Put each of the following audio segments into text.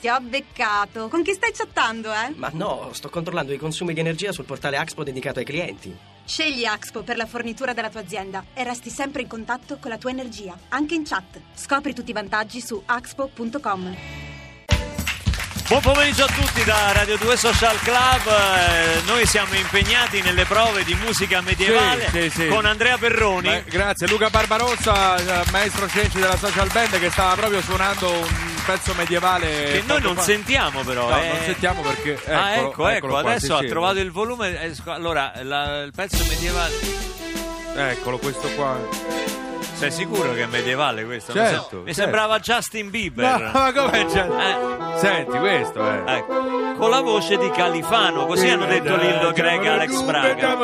Ti ho beccato. Con chi stai chattando, Ma no, sto controllando i consumi di energia sul portale Axpo dedicato ai clienti. Scegli Axpo per la fornitura della tua azienda e resti sempre in contatto con la tua energia, anche in chat. Scopri tutti i vantaggi su axpo.com. Buon pomeriggio a tutti da Radio 2 Social Club. Noi siamo impegnati nelle prove di musica medievale sì. con Andrea Perroni. Grazie, Luca Barbarossa, maestro Cenci della Social Band, che stava proprio suonando un pezzo medievale che noi non sentiamo però. No, non sentiamo perché ecco, adesso qua, ha trovato il volume. Allora, il pezzo medievale. Eccolo, questo qua. Sei sicuro che è medievale questo? Certo, mi sembrava Justin Bieber. No, ma come Senti questo, Ecco, con la voce di Califano, così hanno detto Lillo Greg e Alex Braga.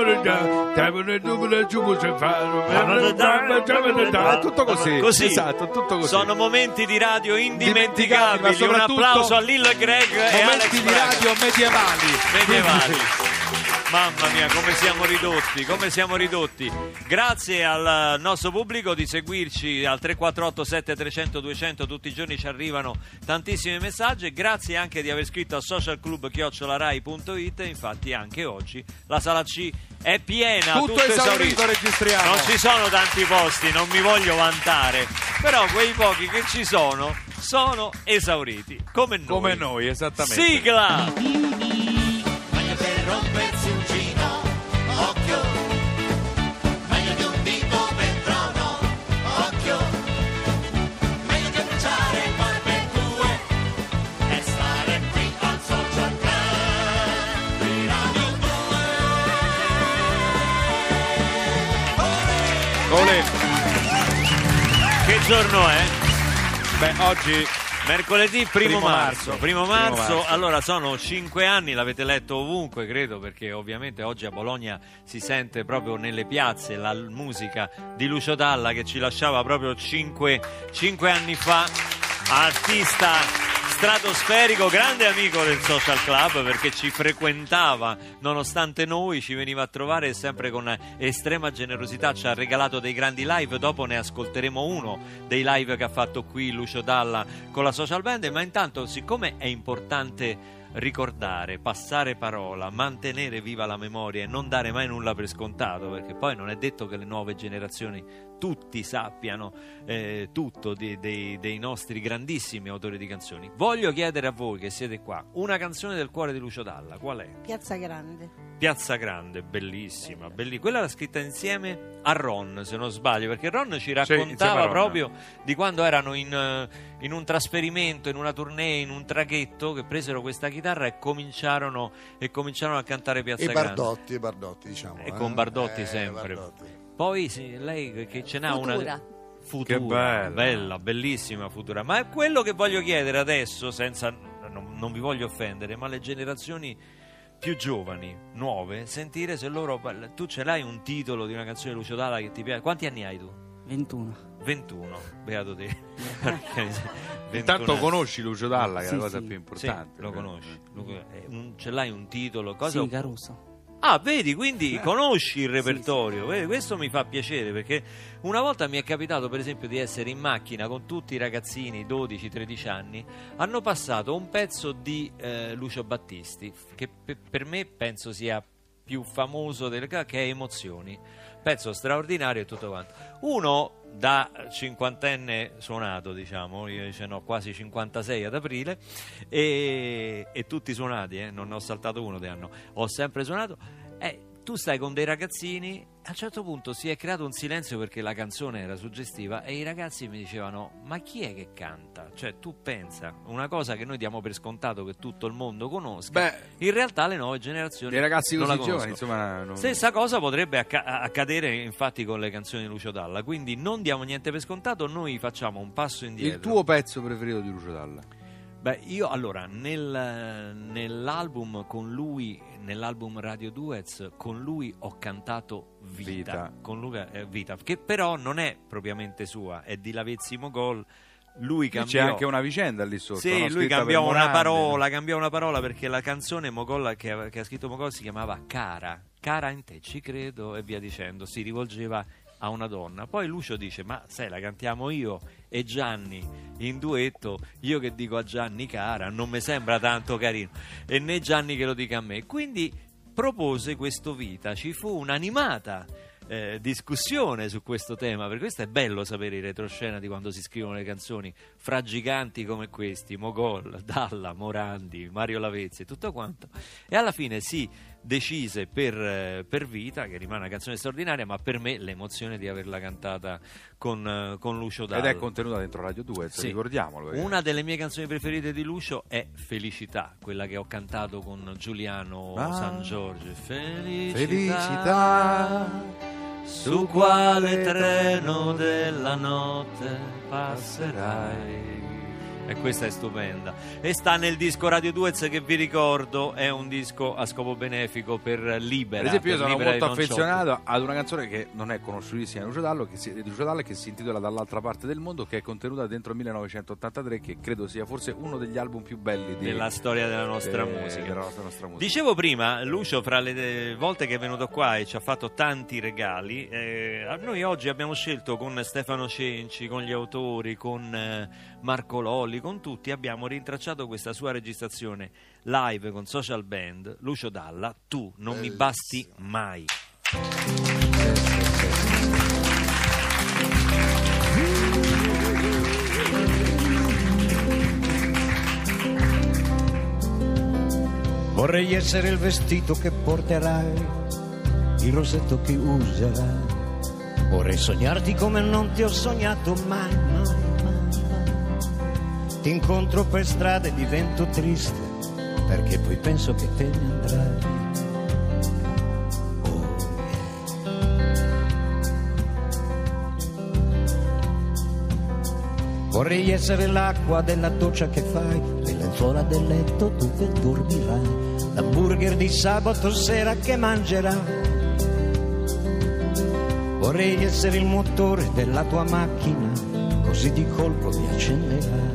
Tutto così. Esatto, tutto così. Sono momenti di radio indimenticabili. Un applauso a Lillo e Greg e Alex Momenti di Braga. radio medievali. Mamma mia, come siamo ridotti. Grazie al nostro pubblico di seguirci al 348 7300 200, tutti i giorni ci arrivano tantissimi messaggi, e grazie anche di aver scritto a socialclub@rai.it. Infatti anche oggi la sala C è piena, tutto esaurito. Registriamo. Non ci sono tanti posti, non mi voglio vantare, però quei pochi che ci sono esauriti, come noi, esattamente. Sigla! Che giorno è? Beh, oggi mercoledì 1 marzo. Primo marzo. Allora sono 5 anni, l'avete letto ovunque, credo, perché ovviamente oggi a Bologna si sente proprio nelle piazze la musica di Lucio Dalla, che ci lasciava proprio 5 anni fa, artista stratosferico, grande amico del Social Club, perché ci frequentava nonostante noi, ci veniva a trovare e sempre con estrema generosità ci ha regalato dei grandi live. Dopo ne ascolteremo uno dei live che ha fatto qui Lucio Dalla con la Social Band, ma intanto, siccome è importante ricordare, passare parola, mantenere viva la memoria e non dare mai nulla per scontato, perché poi non è detto che le nuove generazioni tutti sappiano tutto dei nostri grandissimi autori di canzoni. Voglio chiedere a voi che siete qua una canzone del cuore di Lucio Dalla, qual è? Piazza Grande. Piazza Grande, bellissima, quella l'ha scritta insieme a Ron, se non sbaglio, perché Ron ci raccontava proprio di quando erano in un trasferimento, in una tournée, in un traghetto, che presero questa chitarra e cominciarono a cantare Piazza Grande. E Bardotti, diciamo. E con Bardotti sempre. Bardotti. Poi lei che ce n'ha Futura. Futura, bella, bellissima Futura. Ma è quello che voglio chiedere adesso, senza non vi voglio offendere, ma le generazioni più giovani, nuove, sentire se loro... Tu ce l'hai un titolo di una canzone di Lucio Dalla che ti piace? Quanti anni hai tu? 21, beato te. Intanto conosci Lucio Dalla, che è la cosa più importante. Sì, lo conosci. Ce l'hai un titolo? Sì, Caruso. Ah, vedi, quindi conosci il repertorio. Vedi, questo mi fa piacere, perché una volta mi è capitato, per esempio, di essere in macchina con tutti i ragazzini 12-13 anni. Hanno passato un pezzo di Lucio Battisti, che per me penso sia più famoso che è Emozioni, pezzo straordinario e tutto quanto. Uno da cinquantenne suonato, diciamo, io ce n'ho quasi 56 ad aprile, e tutti suonati, non ne ho saltato uno di anno, ho sempre suonato. Tu stai con dei ragazzini, a un certo punto si è creato un silenzio perché la canzone era suggestiva e i ragazzi mi dicevano: ma chi è che canta? Cioè, tu pensa, una cosa che noi diamo per scontato che tutto il mondo conosca, in realtà le nuove generazioni, i ragazzi non così la giovani, conoscono. insomma, Stessa cosa potrebbe accadere infatti con le canzoni di Lucio Dalla, quindi non diamo niente per scontato, noi facciamo un passo indietro. Il tuo pezzo preferito di Lucio Dalla? Io allora nell'album con lui, nell'album Radio Duets, con lui ho cantato Vita. Con lui, Vita, che però non è propriamente sua, è di Lavezzi Mogol. Lui cambiò, c'è anche una vicenda lì sotto. Sì, lui cambiò una parola perché la canzone Mogol che ha scritto Mogol si chiamava Cara in te ci credo e via dicendo, si rivolgeva a una donna. Poi Lucio dice: ma sai, la cantiamo io e Gianni in duetto, io che dico a Gianni cara, non mi sembra tanto carino, e né Gianni che lo dica a me. Quindi propose questo Vita, ci fu un'animata discussione su questo tema, perché questo è bello sapere in retroscena di quando si scrivono le canzoni fra giganti come questi, Mogol, Dalla, Morandi, Mario Lavezzi e tutto quanto, e alla fine si decise per Vita, che rimane una canzone straordinaria, ma per me l'emozione di averla cantata con Lucio Dalla. Ed è contenuta dentro Radio 2, sì, ricordiamolo. Una delle mie canzoni preferite di Lucio è Felicità, quella che ho cantato con Giuliano San Giorgio. Felicità, su quale treno della notte passerai. E questa è stupenda, e sta nel disco Radio Duez, che vi ricordo è un disco a scopo benefico per Libera. Per esempio, io sono molto Non affezionato ad una canzone che non è conosciutissima di Lucio Dalla, che si intitola Dall'altra parte del mondo, che è contenuta dentro 1983, che credo sia forse uno degli album più belli della storia della nostra musica. Della nostra musica. Dicevo prima, Lucio, fra le volte che è venuto qua e ci ha fatto tanti regali, noi oggi abbiamo scelto con Stefano Cenci, con gli autori, con Marco Lolli, con tutti, abbiamo rintracciato questa sua registrazione live con Social Band. Lucio Dalla, Tu non mi basti mai. Vorrei essere il vestito che porterai, il rosetto che userai. Vorrei sognarti come non ti ho sognato mai, mai. Ti incontro per strada e divento triste, perché poi penso che te ne andrai. Oh, yeah. Vorrei essere l'acqua della doccia che fai, le lenzuola del letto dove dormirai, l'hamburger di sabato sera che mangerai. Vorrei essere il motore della tua macchina, così di colpo mi accenderai.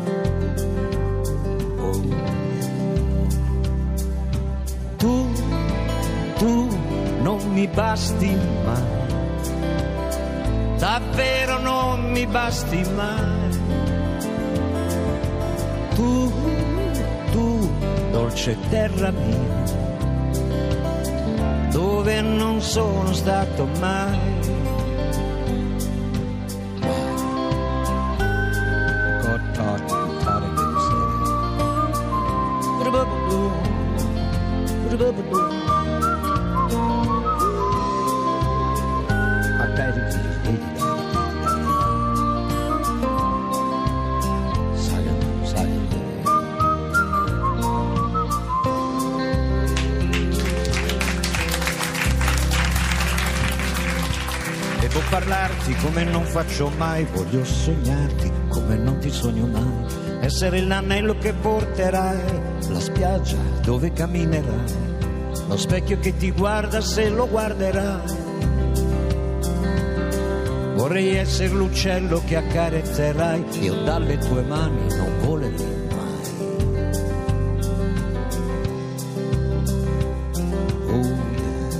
Tu non mi basti mai, davvero non mi basti mai. Tu, dolce terra mia, dove non sono stato mai. Devo parlarti come non faccio mai, voglio sognarti come non ti sogno mai, essere l'anello che porterai, la spiaggia dove camminerai, lo specchio che ti guarda se lo guarderai. Vorrei essere l'uccello che accarezzerai, io dalle tue mani non volerei mai. Oh yeah.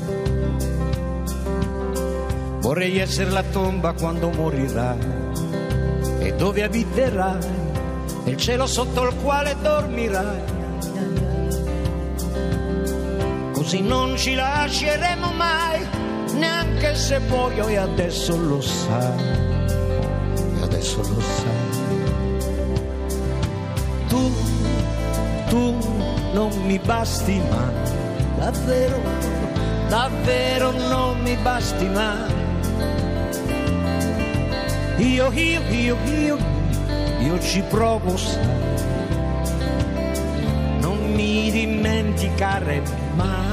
Vorrei essere la tomba quando morirai e dove abiterai, e il cielo sotto il quale dormirai. Così non ci lasceremo mai, neanche se muoio, e adesso lo sai, e adesso lo sai. Tu non mi basti mai, davvero, davvero non mi basti mai. Io ci provo, sai, non mi dimenticare mai.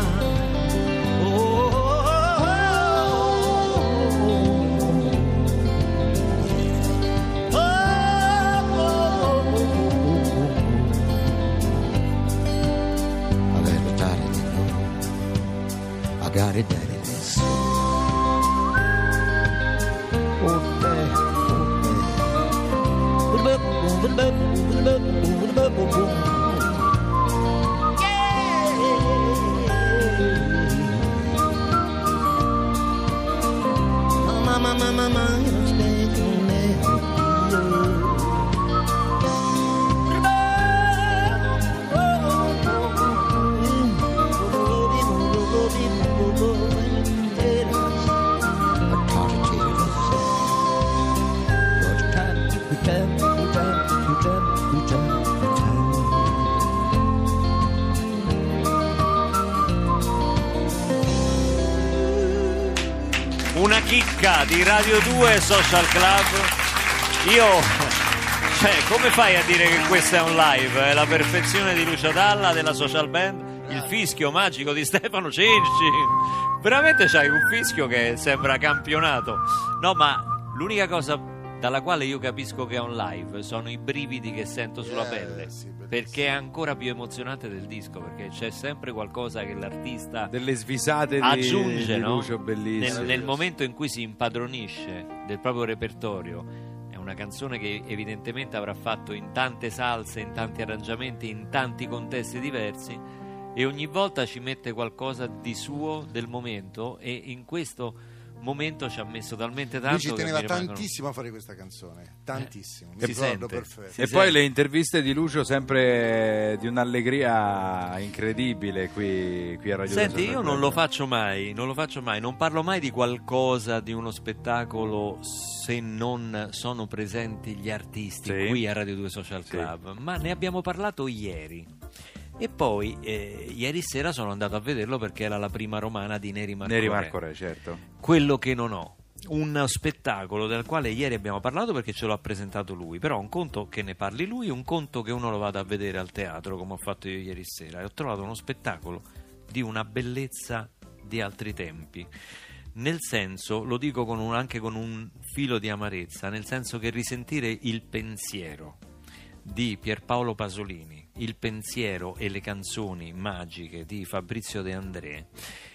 Got it, that it is. chicca di Radio 2 Social Club. Come fai a dire che questo è un live? È la perfezione di Lucio Dalla, della Social Band, il fischio magico di Stefano Cenci. Veramente c'hai un fischio che sembra campionato. No, ma l'unica cosa dalla quale io capisco che è un live sono i brividi che sento sulla pelle, perché è ancora più emozionante del disco, perché c'è sempre qualcosa che l'artista delle svisate aggiunge, di no? Lucio, bellissimo. Nel momento in cui si impadronisce del proprio repertorio. Una canzone che evidentemente avrà fatto in tante salse, in tanti arrangiamenti, in tanti contesti diversi, e ogni volta ci mette qualcosa di suo, del momento, e in questo momento ci ha messo talmente tanto. Lui ci teneva che tantissimo a fare questa canzone, tantissimo, mi si ricordo sente. perfetto. E poi le interviste di Lucio sempre di un'allegria incredibile qui a Radio Senti, Social io Club. non lo faccio mai, non parlo mai di qualcosa, di uno spettacolo, se non sono presenti gli artisti Sì. qui a Radio 2 Social Club, ma ne abbiamo parlato ieri. E poi ieri sera sono andato a vederlo perché era la prima romana di Neri Marco Re. Certo. Quello che non ho, un spettacolo del quale ieri abbiamo parlato perché ce l'ha presentato lui, però un conto che ne parli lui, un conto che uno lo vada a vedere al teatro come ho fatto io ieri sera, e ho trovato uno spettacolo di una bellezza di altri tempi, nel senso, lo dico anche con un filo di amarezza, nel senso che risentire il pensiero di Pierpaolo Pasolini, il pensiero e le canzoni magiche di Fabrizio De André,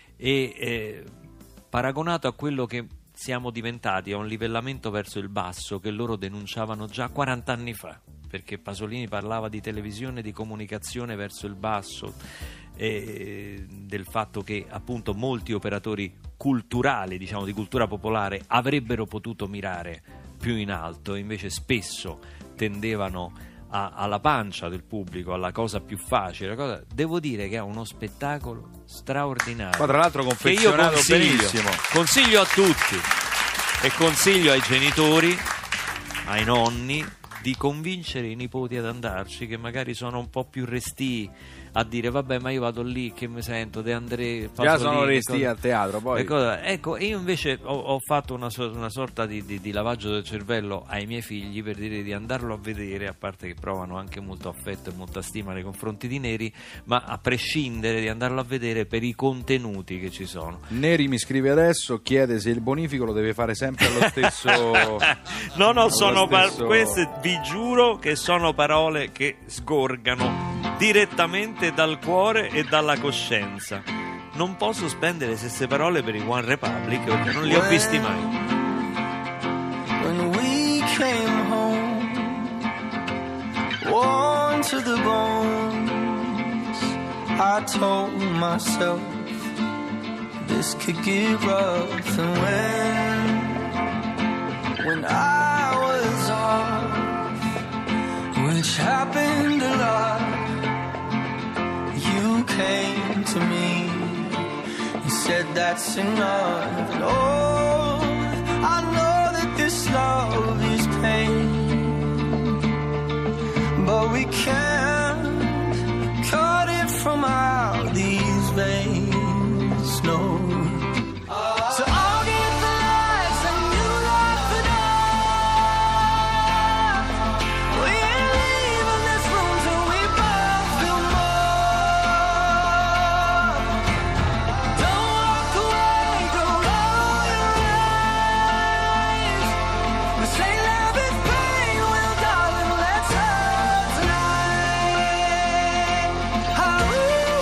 e paragonato a quello che siamo diventati, a un livellamento verso il basso che loro denunciavano già 40 anni fa, perché Pasolini parlava di televisione, di comunicazione verso il basso, e del fatto che appunto molti operatori culturali, diciamo di cultura popolare, avrebbero potuto mirare più in alto, invece spesso tendevano alla pancia del pubblico, alla cosa più facile. Devo dire che è uno spettacolo straordinario. Ma tra l'altro che io confezionato benissimo. consiglio a tutti, e consiglio ai genitori, ai nonni, di convincere i nipoti ad andarci, che magari sono un po' più restii a dire vabbè, ma io vado lì che mi sento De André, Già sono resti al teatro, poi ecco, io invece ho fatto una sorta di lavaggio del cervello ai miei figli per dire di andarlo a vedere, a parte che provano anche molto affetto e molta stima nei confronti di Neri, ma a prescindere di andarlo a vedere per i contenuti che ci sono. Neri mi scrive adesso, chiede se il bonifico lo deve fare sempre allo stesso No, sono queste vi giuro che sono parole che sgorgano direttamente dal cuore e dalla coscienza. Non posso spendere le stesse parole per i One Republic perché non li ho visti mai. When we came home, worn to the bones, I told myself this could get rough. And when I was off, which happened a lot, you came to me, you said that's enough. And oh, I know that this love is pain, but we can't cut it from out these veins, no. So I'll get the lights and you lock the door. We ain't leaving this room till we both feel more. Don't walk away, don't roll your eyes. We say love is pain, well darling, let's hurt tonight. Oh,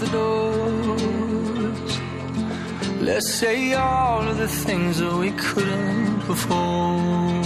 the doors. Let's say all of the things that we couldn't before.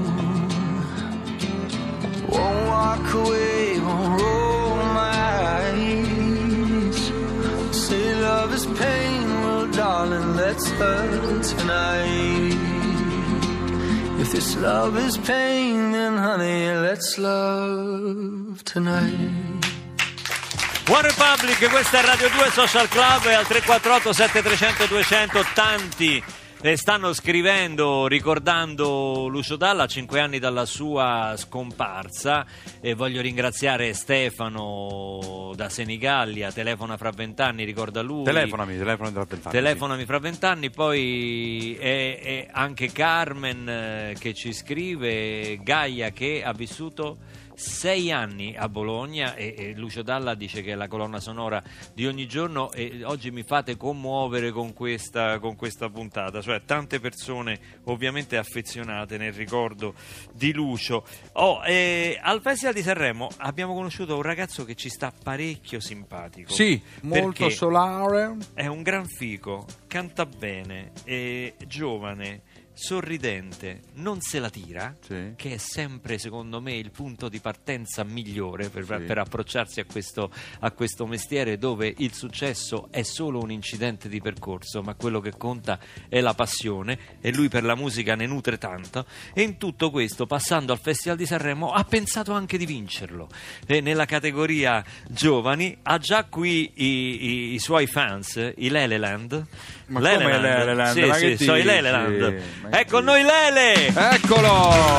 Won't walk away, won't roll my eyes. Say love is pain, well darling, let's hurt tonight. If this love is pain, then honey, let's love tonight. One Republic, questa è Radio 2 Social Club, e al 348 7300 200 tanti stanno scrivendo ricordando Lucio Dalla a 5 anni dalla sua scomparsa, e voglio ringraziare Stefano da Senigallia, telefona fra 20 anni, ricorda lui. Telefonami tra 20 anni. Telefonami fra 20 anni, poi è anche Carmen che ci scrive, Gaia che ha vissuto 6 anni a Bologna, e Lucio Dalla dice che è la colonna sonora di ogni giorno, e oggi mi fate commuovere con questa puntata, cioè tante persone ovviamente affezionate nel ricordo di Lucio. Al Festival di Sanremo abbiamo conosciuto un ragazzo che ci sta parecchio simpatico. Sì, molto solare. È un gran fico, canta bene, è giovane, sorridente, non se la tira, sì, che è sempre secondo me il punto di partenza migliore per approcciarsi a questo mestiere, dove il successo è solo un incidente di percorso, ma quello che conta è la passione, e lui per la musica ne nutre tanto, e in tutto questo, passando al Festival di Sanremo, ha pensato anche di vincerlo, e nella categoria giovani ha già qui i suoi fans, i Leleland. Ma come Leleland? Sì, ma sì, che sono i dici? Leleland. Ma Ecco noi Lele! Eccolo!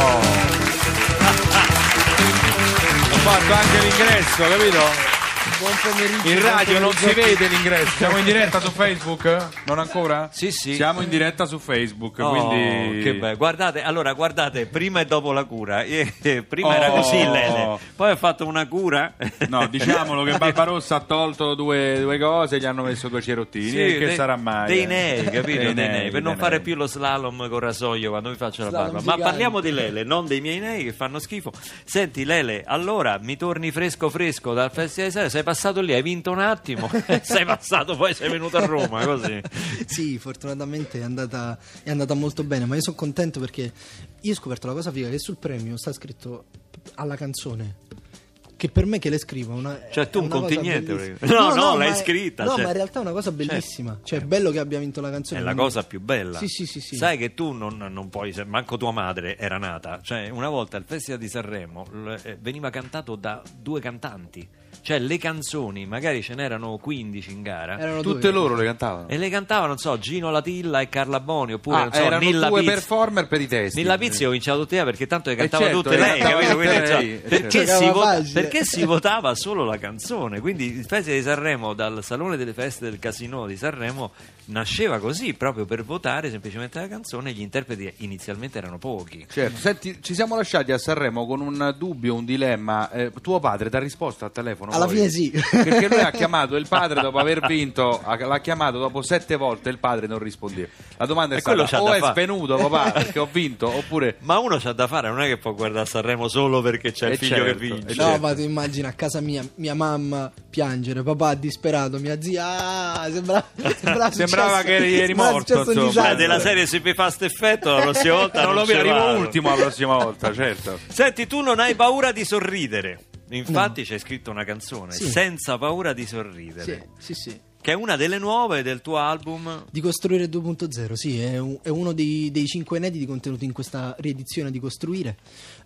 Ho fatto anche l'ingresso, capito? Buon pomeriggio. In radio non si vede l'ingresso. Siamo in diretta su Facebook? Non ancora? Sì, sì. Siamo in diretta su Facebook, Oh, quindi... che bello. Guardate, prima e dopo la cura. Prima era così Lele, poi ha fatto una cura. No, diciamolo che Barbarossa ha tolto due cose e gli hanno messo 2 cerottini. Sì, che sarà mai? Dei nei, capito? Dei Dei nei, nei, per non dei fare nei. più lo slalom con rasoio quando mi faccio la Slalom barba. Ma gigante. parliamo di Lele, non dei miei nei che fanno schifo. Senti Lele, allora mi torni fresco dal Festival di Sanremo, sei passato lì, hai vinto un attimo, sei passato, poi sei venuto a Roma, così. Sì, fortunatamente è andata molto bene, ma io sono contento perché io ho scoperto la cosa figa, che sul premio sta scritto alla canzone, che per me che le scrivo Cioè tu è non una conti cosa niente, bellissima. no, l'hai ma scritta, no, cioè. ma in realtà è una cosa bellissima, cioè è bello che abbia vinto la canzone, È la cosa più bella. Sì. Sai che tu non puoi, manco tua madre era nata. Cioè, una volta al Festival di Sanremo veniva cantato da 2 cantanti. Cioè, le canzoni, magari ce n'erano 15 in gara. Erano Tutte 2. loro le cantavano? E le cantavano, non so, Gino Latilla e Carla Boni, oppure non so, erano Nilla 2 Pizzi. performer per i testi. Nilla Pizzi ho cominciato tutte perché tanto le cantava certo, tutte le lei, cantava capito? tutte Quindi, lei, perché, certo. Facile. perché si votava solo la canzone? Quindi il Festival di Sanremo, dal Salone delle Feste del Casino di Sanremo, nasceva così, proprio per votare semplicemente la canzone, e gli interpreti inizialmente erano pochi. Certo, senti, ci siamo lasciati a Sanremo con un dubbio, un dilemma. Tuo padre ti ha risposto al telefono? Alla poi? fine sì. Perché lui ha chiamato il padre dopo aver vinto, l'ha chiamato dopo 7 volte, il padre non rispondeva. La domanda è E quello stata: c'ha o da è fare. svenuto papà perché ho vinto, oppure... Ma uno c'ha da fare, non è che può guardare Sanremo solo perché c'è il figlio certo, che vince. No, certo. ma tu immagina a casa mia mamma piangere, papà disperato, mia zia sembrava Sembrava che eri morto, successo un insomma. disastro. Della serie se mi fa st'effetto la prossima volta Non lo ce vedo, arrivo vado. ultimo la prossima volta, certo. Senti, tu non hai paura di sorridere. Infatti c'hai scritto una canzone, Sì. Senza paura di sorridere, Sì. che è una delle nuove del tuo album. Di Costruire 2.0, sì, è uno dei 5 inediti contenuti in questa riedizione di Costruire,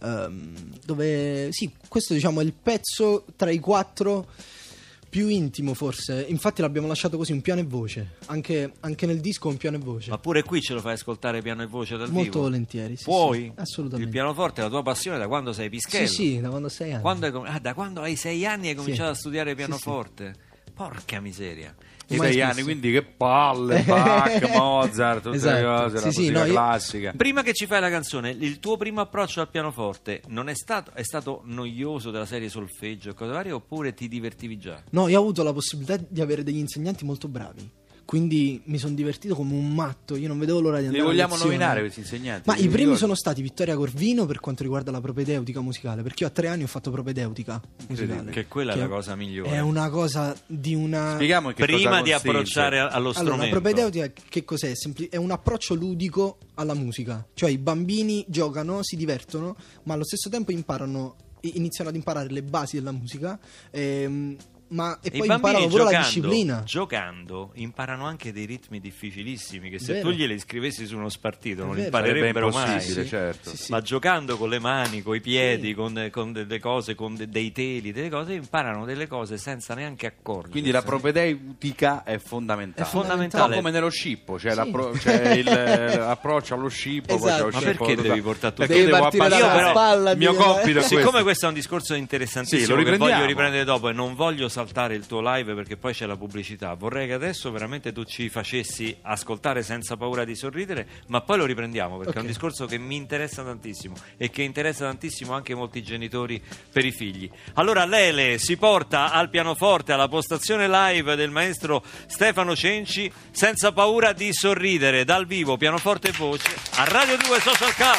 dove sì, questo diciamo è il pezzo tra i 4 più intimo forse, infatti l'abbiamo lasciato così, un piano e voce, anche nel disco un piano e voce. Ma pure qui ce lo fai ascoltare piano e voce dal Molto vivo? volentieri, sì, Puoi? sì, assolutamente. Il pianoforte è la tua passione da quando sei pischello? Sì, da quando 6 anni. Da quando hai 6 anni hai cominciato a studiare Sì, pianoforte? Porca miseria. Mai 6 smesso. anni, quindi che palle, Bach, Mozart, tutte Esatto. le cose, la Sì, musica no, io- classica. Prima che ci fai la canzone, il tuo primo approccio al pianoforte non è stato noioso della serie solfeggio e cose varie, oppure ti divertivi già? No, io ho avuto la possibilità di avere degli insegnanti molto bravi. quindi mi sono divertito come un matto. Io non vedevo l'ora di Li andare a vogliamo lezione. nominare questi insegnanti? Ma Ti i primi ricordi? sono stati Vittoria Corvino per quanto riguarda la propedeutica musicale, perché io a 3 anni ho fatto propedeutica musicale. Che quella è la cosa migliore. È una cosa di una... Spieghiamo in che Prima cosa di consiste. approcciare allo Allora, la strumento. propedeutica che cos'è? È un approccio ludico alla musica. Cioè i bambini giocano, si divertono, ma allo stesso tempo iniziano ad imparare le basi della musica. E I poi bambini imparano pure la disciplina. giocando imparano anche dei ritmi difficilissimi che se Vero. tu glieli scrivessi su uno spartito È non vero. imparerebbero Sarebbe mai. impossibile, certo. Sì, sì. Ma giocando con le mani, con i piedi, Sì. con delle cose, dei teli, delle cose, imparano delle cose senza neanche accorgersi. Quindi la propedeutica è fondamentale. È fondamentale. Un po' come nello scippo, c'è, Sì. c'è l'approccio allo scippo, poi c'è Esatto. lo Ma scippo perché devi portare tutto? Perché Devi devo partire abbassare dalla spalla, il mio dire- compito è Siccome questo. questo è un discorso interessantissimo Sì, lo che voglio riprendiamo. riprendere dopo e non voglio saltare il tuo live perché poi c'è la pubblicità, vorrei che adesso veramente tu ci facessi ascoltare Senza paura di sorridere, ma poi lo riprendiamo perché è un Ok. discorso che mi interessa tantissimo e che interessa tantissimo anche molti genitori per i figli. Allora Lele si porta al pianoforte alla postazione live del maestro Stefano Cenci, Senza paura di sorridere, dal vivo, pianoforte e voce a Radio 2 Social Club.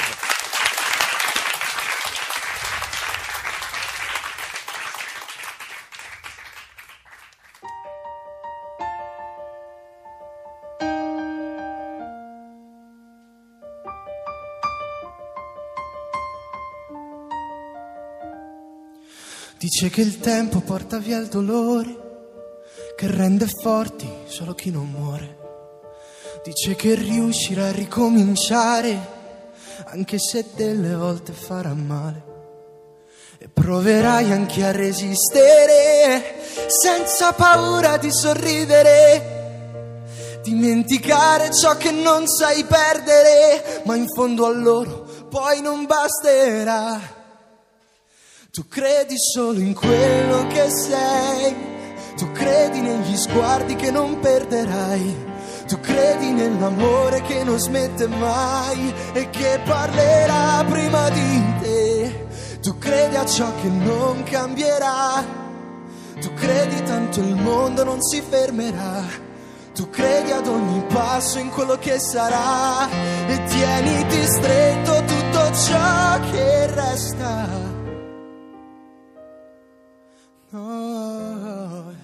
Dice che il tempo porta via il dolore, che rende forti solo chi non muore. Dice che riuscirà a ricominciare, anche se delle volte farà male. E proverai anche a resistere, senza paura di sorridere. Dimenticare ciò che non sai perdere, ma in fondo a loro poi non basterà. Tu credi solo in quello che sei, tu credi negli sguardi che non perderai, tu credi nell'amore che non smette mai e che parlerà prima di te. Tu credi a ciò che non cambierà, tu credi tanto il mondo non si fermerà, tu credi ad ogni passo in quello che sarà e tieniti stretto tutto ciò che resta. No.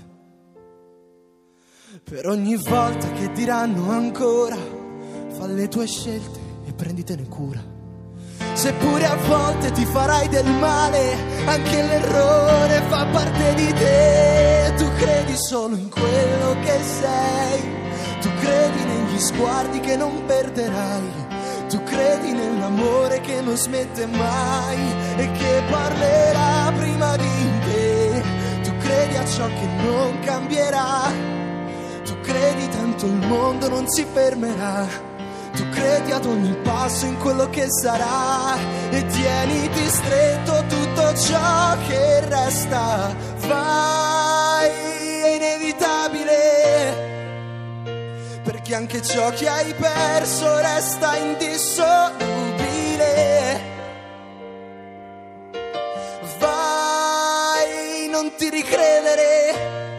Per ogni volta che diranno ancora, fa le tue scelte e prenditene cura. Seppure a volte ti farai del male, anche l'errore fa parte di te. Tu credi solo in quello che sei, tu credi negli sguardi che non perderai, tu credi nell'amore che non smette mai e che parlerà prima di te. Tu credi a ciò che non cambierà, tu credi tanto il mondo non si fermerà, tu credi ad ogni passo in quello che sarà e tieniti stretto tutto ciò che resta. Vai, è inevitabile, perché anche ciò che hai perso resta indissolubile. Vai, non ti ricredere,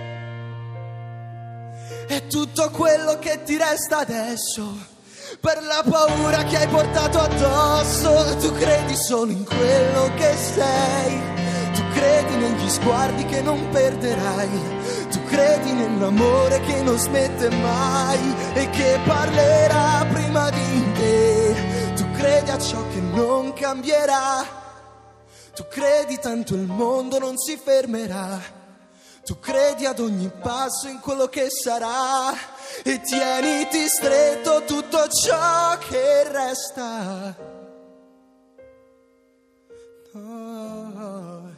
è tutto quello che ti resta adesso. Per la paura che hai portato addosso, tu credi solo in quello che sei, tu credi negli sguardi che non perderai, tu credi nell'amore che non smette mai e che parlerà prima di te. Tu credi a ciò che non cambierà, tu credi tanto il mondo non si fermerà, tu credi ad ogni passo in quello che sarà e tieniti stretto tutto ciò che resta. Oh.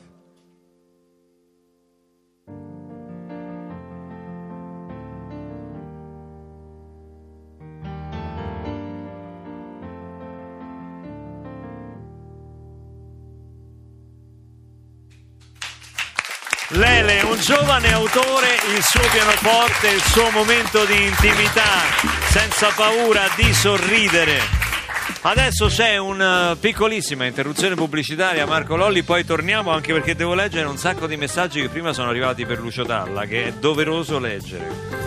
Lele, un giovane autore, il suo pianoforte, il suo momento di intimità, senza paura di sorridere. Adesso c'è una piccolissima interruzione pubblicitaria, Marco Lolli, poi torniamo anche perché devo leggere un sacco di messaggi che prima sono arrivati per Lucio Dalla, che è doveroso leggere.